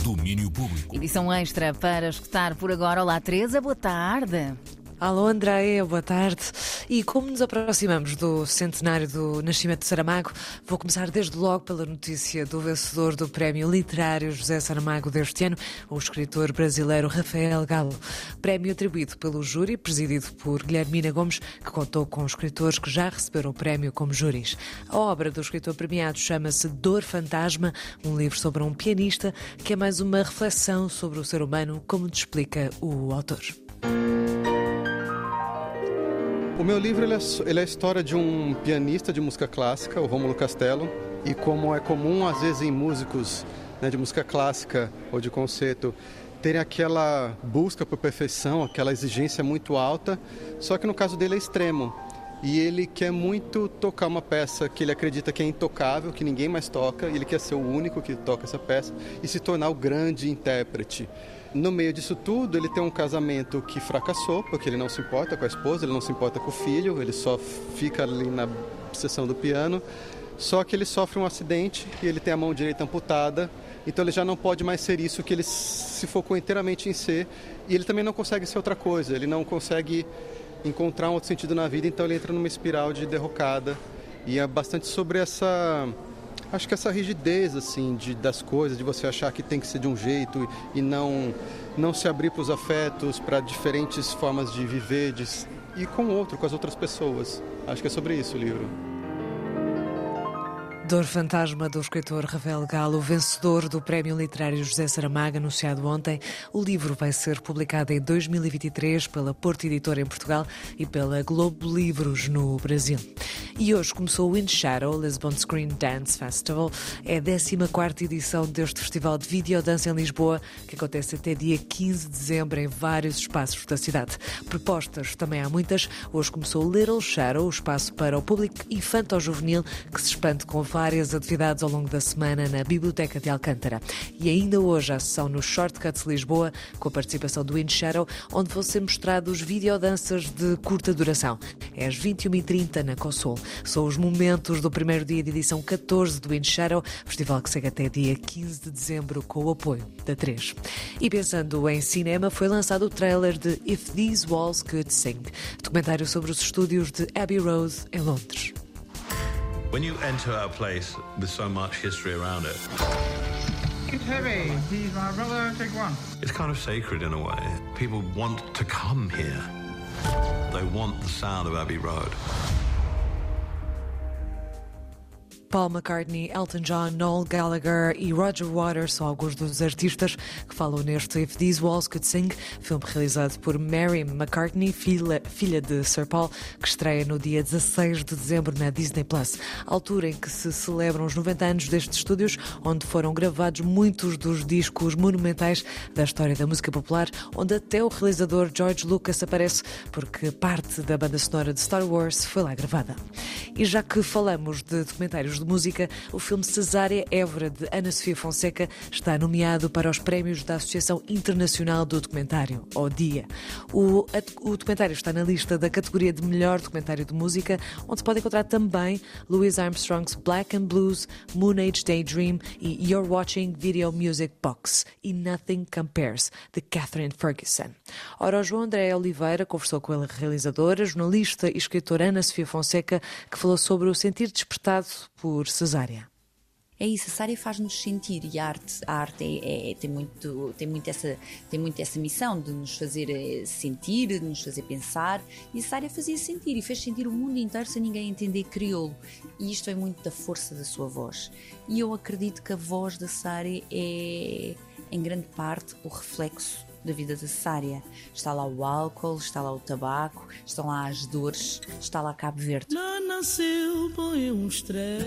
Domínio Público. Edição extra para escutar por agora. Olá, Teresa, boa tarde. Alô, Andréia, boa tarde. E como nos aproximamos do centenário do nascimento de Saramago, vou começar desde logo pela notícia do vencedor do Prémio Literário José Saramago deste ano, o escritor brasileiro Rafael Galo. Prémio atribuído pelo júri, presidido por Guilhermina Gomes, que contou com escritores que já receberam o prémio como júris. A obra do escritor premiado chama-se Dor Fantasma, um livro sobre um pianista, que é mais uma reflexão sobre o ser humano, como te explica o autor. O meu livro ele é a história de um pianista de música clássica, o Rômulo Castelo, e como é comum às vezes em músicos, né, de música clássica ou de concerto terem aquela busca por perfeição, aquela exigência muito alta, só que no caso dele é extremo. E ele quer muito tocar uma peça que ele acredita que é intocável, que ninguém mais toca, e ele quer ser o único que toca essa peça e se tornar o grande intérprete. No meio disso tudo, ele tem um casamento que fracassou, porque ele não se importa com a esposa, ele não se importa com o filho, ele só fica ali na sessão do piano. Só que ele sofre um acidente e ele tem a mão direita amputada, então ele já não pode mais ser isso que ele se focou inteiramente em ser. E ele também não consegue ser outra coisa, ele não consegue encontrar um outro sentido na vida, então ele entra numa espiral de derrocada. E é bastante sobre acho que essa rigidez assim, das coisas, de você achar que tem que ser de um jeito e não se abrir para os afetos, para diferentes formas de viver e com as outras pessoas. Acho que é sobre isso o livro. Dor Fantasma, do escritor Rafael Galo, vencedor do Prémio Literário José Saramago, anunciado ontem. O livro vai ser publicado em 2023 pela Porto Editora em Portugal e pela Globo Livros no Brasil. E hoje começou o In Shadow Lisbon Screen Dance Festival. É a 14ª edição deste festival de videodança em Lisboa, que acontece até dia 15 de dezembro em vários espaços da cidade. Propostas também há muitas. Hoje começou Little Shadow, o espaço para o público infanto-juvenil, que se expande com várias atividades ao longo da semana na Biblioteca de Alcântara. E ainda hoje a sessão no Shortcuts Lisboa, com a participação do In Shadow, onde vão ser mostrados videodanças de curta duração. É às 21h30 na Consul. São os momentos do primeiro dia de edição 14 do In Shadow, festival que segue até dia 15 de dezembro com o apoio da 3. E pensando em cinema, foi lançado o trailer de If These Walls Could Sing, documentário sobre os estúdios de Abbey Road em Londres. When you enter a place with so much history around it, It's heavy. He's my brother. Take one. it's kind of sacred in a way. People want to come here. They want the sound of Abbey Road. Paul McCartney, Elton John, Noel Gallagher e Roger Waters são alguns dos artistas que falam neste If These Walls Could Sing, filme realizado por Mary McCartney, filha de Sir Paul, que estreia no dia 16 de dezembro na Disney+, altura em que se celebram os 90 anos destes estúdios, onde foram gravados muitos dos discos monumentais da história da música popular, onde até o realizador George Lucas aparece, porque parte da banda sonora de Star Wars foi lá gravada. E já que falamos de documentários de música, o filme Cesária Évora, de Ana Sofia Fonseca, está nomeado para os prémios da Associação Internacional do Documentário, ou DIA. O documentário está na lista da categoria de melhor documentário de música, onde se pode encontrar também Louis Armstrong's Black and Blues, Moon Age Daydream e You're Watching Video Music Box e Nothing Compares, de Catherine Ferguson. Ora, o João André Oliveira conversou com a realizadora, jornalista e escritora Ana Sofia Fonseca, que falou sobre o sentir despertado por Cesária. É isso, a Cesária faz-nos sentir, e a arte tem muito essa missão de nos fazer sentir, de nos fazer pensar, e a Cesária fazia sentir e fez sentir o mundo inteiro sem ninguém entender crioulo, e isto é muito da força da sua voz. E eu acredito que a voz da Cesária é, em grande parte, o reflexo da vida da Cesária. Está lá o álcool, está lá o tabaco, estão lá as dores, está lá Cabo Verde. Já nasceu, põe uma estrela.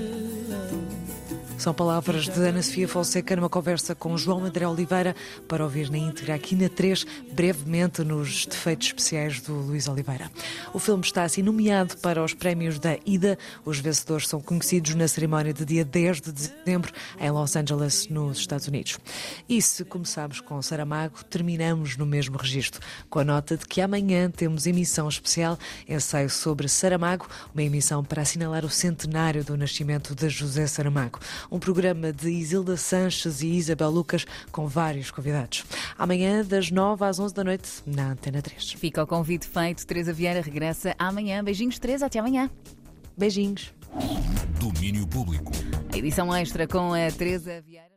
São palavras de Ana Sofia Fonseca numa conversa com João André Oliveira, para ouvir na íntegra aqui na 3, brevemente nos defeitos especiais do Luís Oliveira. O filme está assim nomeado para os prémios da IDA. Os vencedores são conhecidos na cerimónia de dia 10 de dezembro em Los Angeles, nos Estados Unidos. E se começamos com Saramago, terminamos no mesmo registro, com a nota de que amanhã temos emissão especial, ensaio sobre Saramago, uma emissão emissão para assinalar o centenário do nascimento de José Saramago. Um programa de Isilda Sanches e Isabel Lucas com vários convidados. Amanhã, das 9 às 11 da noite, na Antena 3. Fica o convite feito. Teresa Vieira regressa amanhã. Beijinhos, Teresa. Até amanhã. Beijinhos. Domínio Público. A edição extra com a Teresa Vieira.